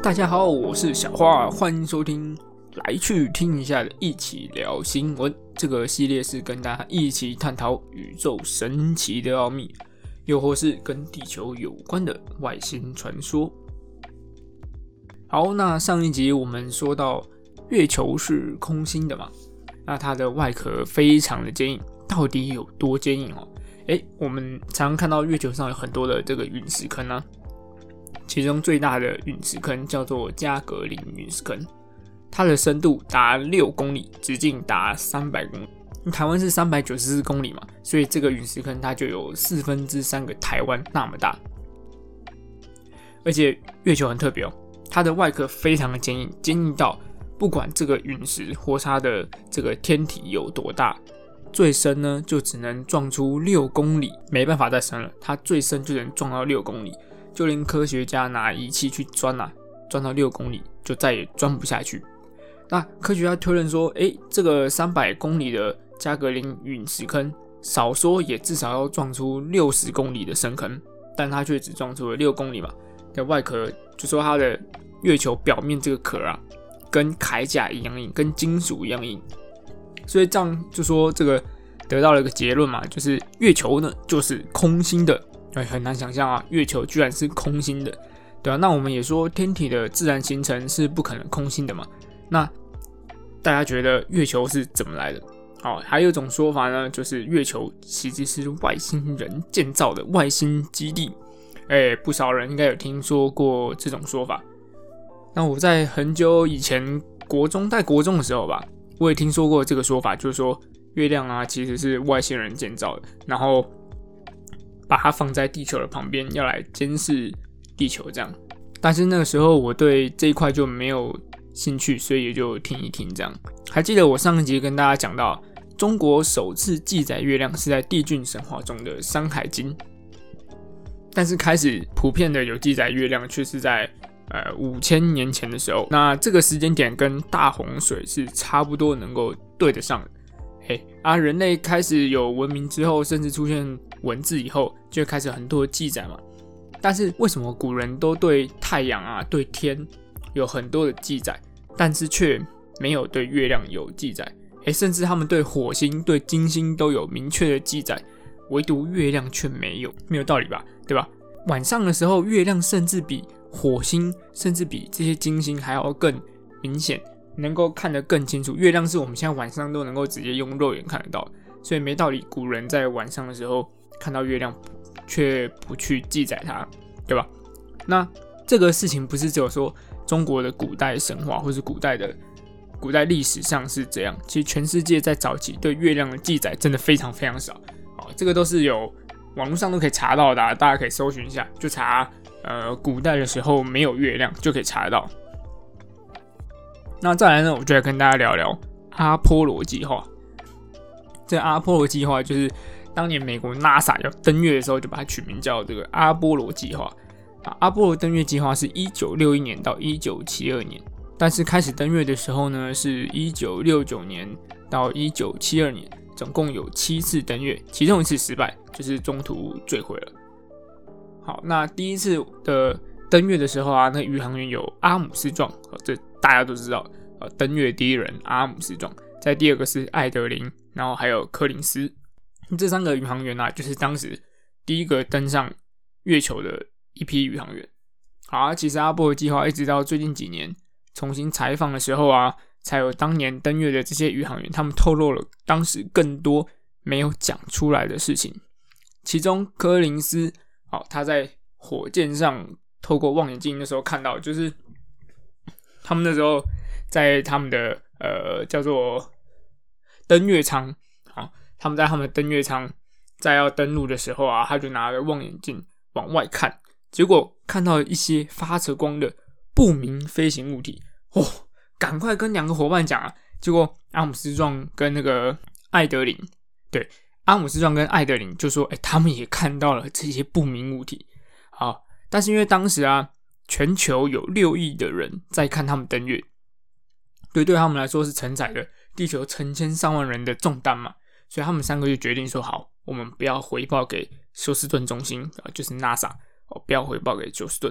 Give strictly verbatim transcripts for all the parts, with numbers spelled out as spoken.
大家好，我是小花，欢迎收听来去听一下的一起聊新闻。这个系列是跟大家一起探讨宇宙神奇的奥秘，又或是跟地球有关的外星传说。好，那上一集我们说到月球是空心的嘛，那它的外壳非常的坚硬，到底有多坚硬哦？诶，我们常常看到月球上有很多的这个陨石坑啊，其中最大的陨石坑叫做加格林陨石坑，它的深度达六公里，直径达三百公里。台湾是三百九十四公里嘛，所以这个陨石坑它就有四分之三个台湾那么大。而且月球很特别哦，它的外壳非常的坚硬，坚硬到不管这个陨石或它的这个天体有多大，最深呢就只能撞出六公里，没办法再深了，它最深就能撞到六公里。就连科学家拿仪器去钻啊，钻到六公里就再也钻不下去。那科学家推论说，诶，这个三百公里的加格林陨石坑，少说也至少要撞出六十公里的深坑，但它却只撞出了六公里嘛的外壳，就说它的月球表面这个壳啊，跟铠甲一样硬，跟金属一样硬。所以这样就说这个得到了一个结论嘛，就是月球呢就是空心的。很难想象啊，月球居然是空心的，对啊，那我们也说天体的自然形成是不可能空心的嘛。那大家觉得月球是怎么来的？哦，还有一种说法呢，就是月球其实是外星人建造的外星基地。哎，不少人应该有听说过这种说法。那我在很久以前国中在国中的时候吧，我也听说过这个说法，就是说月亮啊其实是外星人建造的，然后把它放在地球的旁边，要来监视地球这样。但是那个时候我对这一块就没有兴趣，所以也就听一听这样。还记得我上一集跟大家讲到，中国首次记载月亮是在帝俊神话中的《山海经》，但是开始普遍的有记载月亮却是在呃五千年前的时候。那这个时间点跟大洪水是差不多能够对得上的。嘿啊，人类开始有文明之后，甚至出现文字以后，就开始很多的记载嘛。但是为什么古人都对太阳啊、对天有很多的记载，但是却没有对月亮有记载？诶，甚至他们对火星、对金星都有明确的记载，唯独月亮却没有，没有道理吧？对吧？晚上的时候，月亮甚至比火星，甚至比这些金星还要更明显，能够看得更清楚。月亮是我们现在晚上都能够直接用肉眼看得到，所以没道理古人在晚上的时候看到月亮却不去记载它，对吧？那这个事情不是只有说中国的古代神话或是古代的古代历史上是这样，其实全世界在早期对月亮的记载真的非常非常少。好，这个都是有网络上都可以查到的、啊，大家可以搜寻一下，就查呃古代的时候没有月亮就可以查得到。那再来呢，我就来跟大家聊聊阿波罗计划。这个阿波罗计划就是当年美国 NASA 要登月的时候，就把它取名叫这个阿波罗计划。阿波罗登月计划是一九六一年到一九七二年，但是开始登月的时候呢，是一九六九年到一九七二年，总共有七次登月，其中一次失败，就是中途坠毁了。好，那第一次的登月的时候啊，那宇航员有阿姆斯壮，这大家都知道，登月第一人阿姆斯壮。在第二个是艾德林，然后还有柯林斯。这三个宇航员啊，就是当时第一个登上月球的一批宇航员。好啊，其实阿波罗计划一直到最近几年重新采访的时候啊，才有当年登月的这些宇航员，他们透露了当时更多没有讲出来的事情。其中柯林斯，好，他在火箭上透过望远镜的时候看到，就是他们那时候在他们的呃叫做登月舱，好，他们在他们的登月舱在要登陆的时候啊，他就拿着望远镜往外看，结果看到一些发着光的不明飞行物体，哦，赶快跟两个伙伴讲啊！结果阿姆斯壮跟那个艾德林，对，阿姆斯壮跟艾德林就说，哎，他们也看到了这些不明物体。好，但是因为当时啊，全球有六亿的人在看他们登月，对，对他们来说是承载了地球成千上万人的重担嘛，所以他们三个就决定说，好，我们不要回报给休斯顿中心，就是 NASA， 哦，不要回报给休斯顿，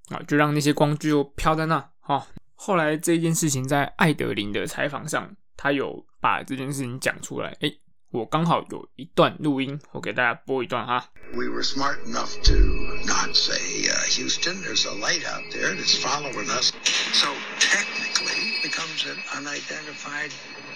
啊，就让那些光就飘在那。啊，后来这件事情在艾德林的采访上，他有把这件事情讲出来。诶，我刚好有一段录音，我给大家播一段哈。 We were smart enough to not say, uh, Houston, there's a light out there that's following us. So technically it becomes an unidentified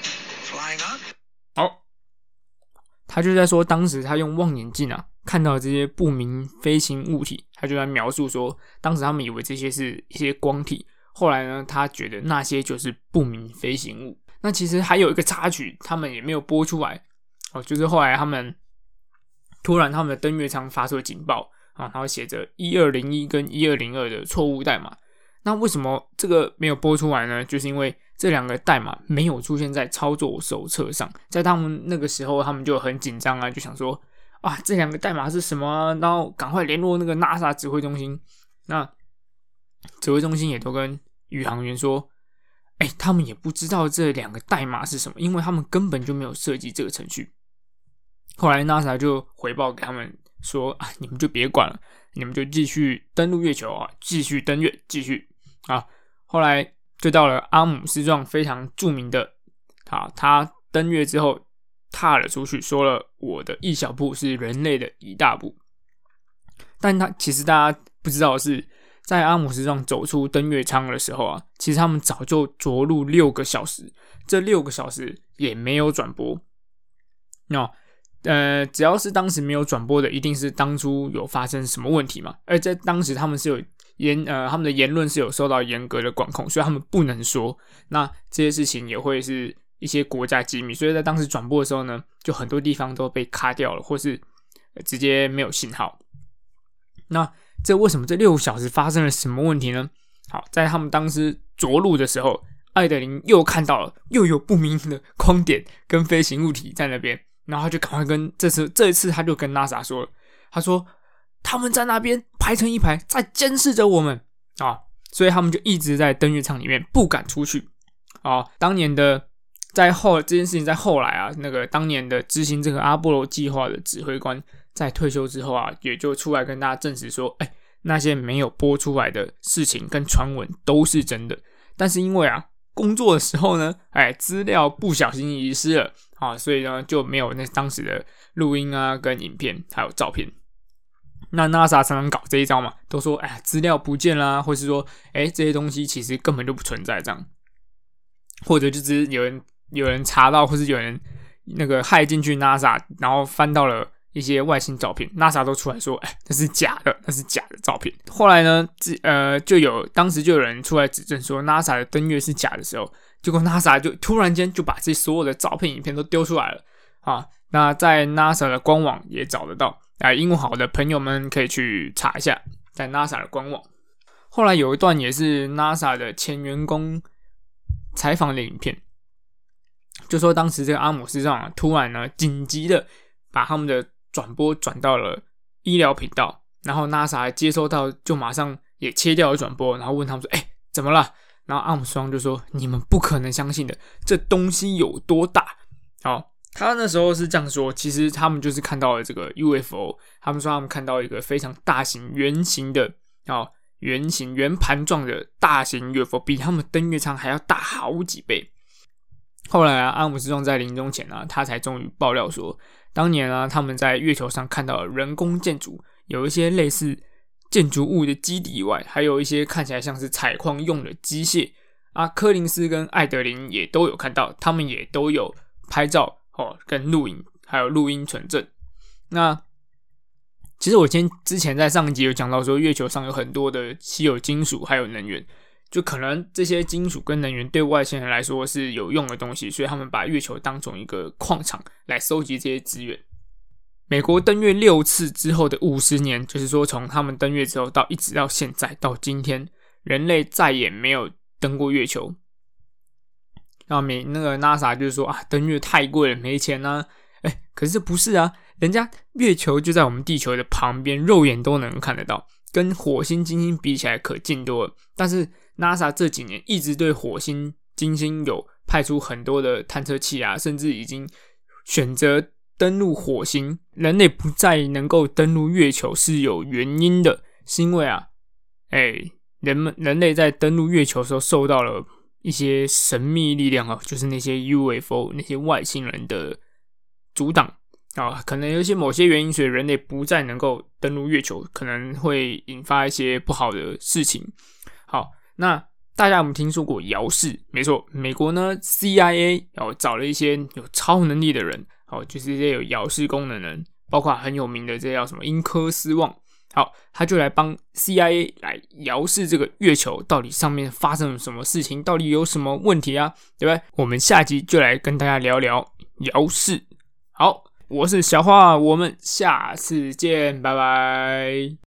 flying object. 好，他就在说当时他用望远镜啊看到这些不明飞行物体，他就在描述说当时他们以为这些是一些光体，后来呢他觉得那些就是不明飞行物。那其实还有一个插曲他们也没有播出来哦，就是后来他们突然他们的登月舱发出了警报啊，然后写着一二零一跟一二零二的错误代码。那为什么这个没有播出来呢？就是因为这两个代码没有出现在操作手册上，在他们那个时候他们就很紧张啊，就想说啊这两个代码是什么啊，然后赶快联络那个 NASA 指挥中心。那指挥中心也都跟宇航员说，哎，他们也不知道这两个代码是什么，因为他们根本就没有设计这个程序。后来 NASA 就回报给他们说啊，你们就别管了，你们就继续登陆月球啊，继续登月，继续啊。后来就到了阿姆斯壮非常著名的啊，他登月之后踏了出去，说了我的一小步是人类的一大步。但他其实大家不知道的是，在阿姆斯壮走出登月舱的时候啊，其实他们早就着陆六个小时，这六个小时也没有转播。那呃，只要是当时没有转播的，一定是当初有发生什么问题嘛？而在当时他们是有言呃，他们的言论是有受到严格的管控，所以他们不能说。那这些事情也会是一些国家机密，所以在当时转播的时候呢，就很多地方都被卡掉了，或是直接没有信号。那这为什么这六个小时发生了什么问题呢？好，在他们当时着陆的时候，艾德林又看到了又有不明的光点跟飞行物体在那边。然后他就赶快跟这次这一次他就跟 NASA 说了，他说他们在那边排成一排在监视着我们啊，所以他们就一直在登月舱里面不敢出去啊。当年的在后这件事情在后来啊，那个当年的执行这个阿波罗计划的指挥官在退休之后啊，也就出来跟大家证实说，哎，那些没有播出来的事情跟传闻都是真的，但是因为啊工作的时候呢，哎，资料不小心遗失了啊，所以呢就没有那当时的录音啊、跟影片还有照片。那 NASA 常常搞这一招嘛，都说哎资料不见啦，或是说哎这些东西其实根本就不存在这样，或者就只是有人有人查到，或是有人那个害进去 NASA， 然后翻到了一些外星照片 ，NASA 都出来说，哎，那是假的，那是假的照片。后来呢，呃，就有当时就有人出来指证说 NASA 的登月是假的时候，结果 NASA 就突然间就把这所有的照片、影片都丢出来了啊。那在 NASA 的官网也找得到，啊，英文好的朋友们可以去查一下，在 NASA 的官网。后来有一段也是 NASA 的前员工采访的影片，就说当时这个阿姆斯壮啊，突然呢紧急的把他们的转播转到了医疗频道，然后 NASA 接收到就马上也切掉了转播，然后问他们说：“哎、欸，怎么了？”然后阿姆斯壮就说：“你们不可能相信的，这东西有多大？”好，他那时候是这样说，其实他们就是看到了这个 U F O， 他们说他们看到一个非常大型圆形的哦，圆形圆盘状的大型 U F O， 比他们登月舱还要大好几倍。后来啊，阿姆斯壮在临终前啊，他才终于爆料说，当年啊，他们在月球上看到了人工建筑，有一些类似建筑物的基底以外，还有一些看起来像是采矿用的机械啊。柯林斯跟艾德林也都有看到，他们也都有拍照哦，跟录影，还有录音存证。那其实我今天之前在上一集有讲到说，月球上有很多的稀有金属还有能源。就可能这些金属跟能源对外星人来说是有用的东西，所以他们把月球当成一个矿场来收集这些资源。美国登月六次之后的五十年，就是说从他们登月之后到一直到现在到今天，人类再也没有登过月球。然后美那个 NASA 就是说啊，登月太贵了，没钱啊。哎，可是不是啊，人家月球就在我们地球的旁边，肉眼都能看得到，跟火星、金星比起来可近多了。但是NASA 这几年一直对火星、金星有派出很多的探测器啊，甚至已经选择登陆火星。人类不再能够登陆月球是有原因的，是因为啊，哎， 人们人类在登陆月球的时候受到了一些神秘力量啊，就是那些 U F O 那些外星人的阻挡啊，可能有一些某些原因，所以人类不再能够登陆月球，可能会引发一些不好的事情。好，那大家有没有听说过遥视？没错，美国呢 C I A 哦找了一些有超能力的人，哦，就是这些有遥视功能的人，包括很有名的这叫什么英科斯旺。好，他就来帮 C I A 来遥视这个月球到底上面发生了什么事情，到底有什么问题啊，对不对？我们下集就来跟大家聊聊遥视。好，我是小花，我们下次见，拜拜。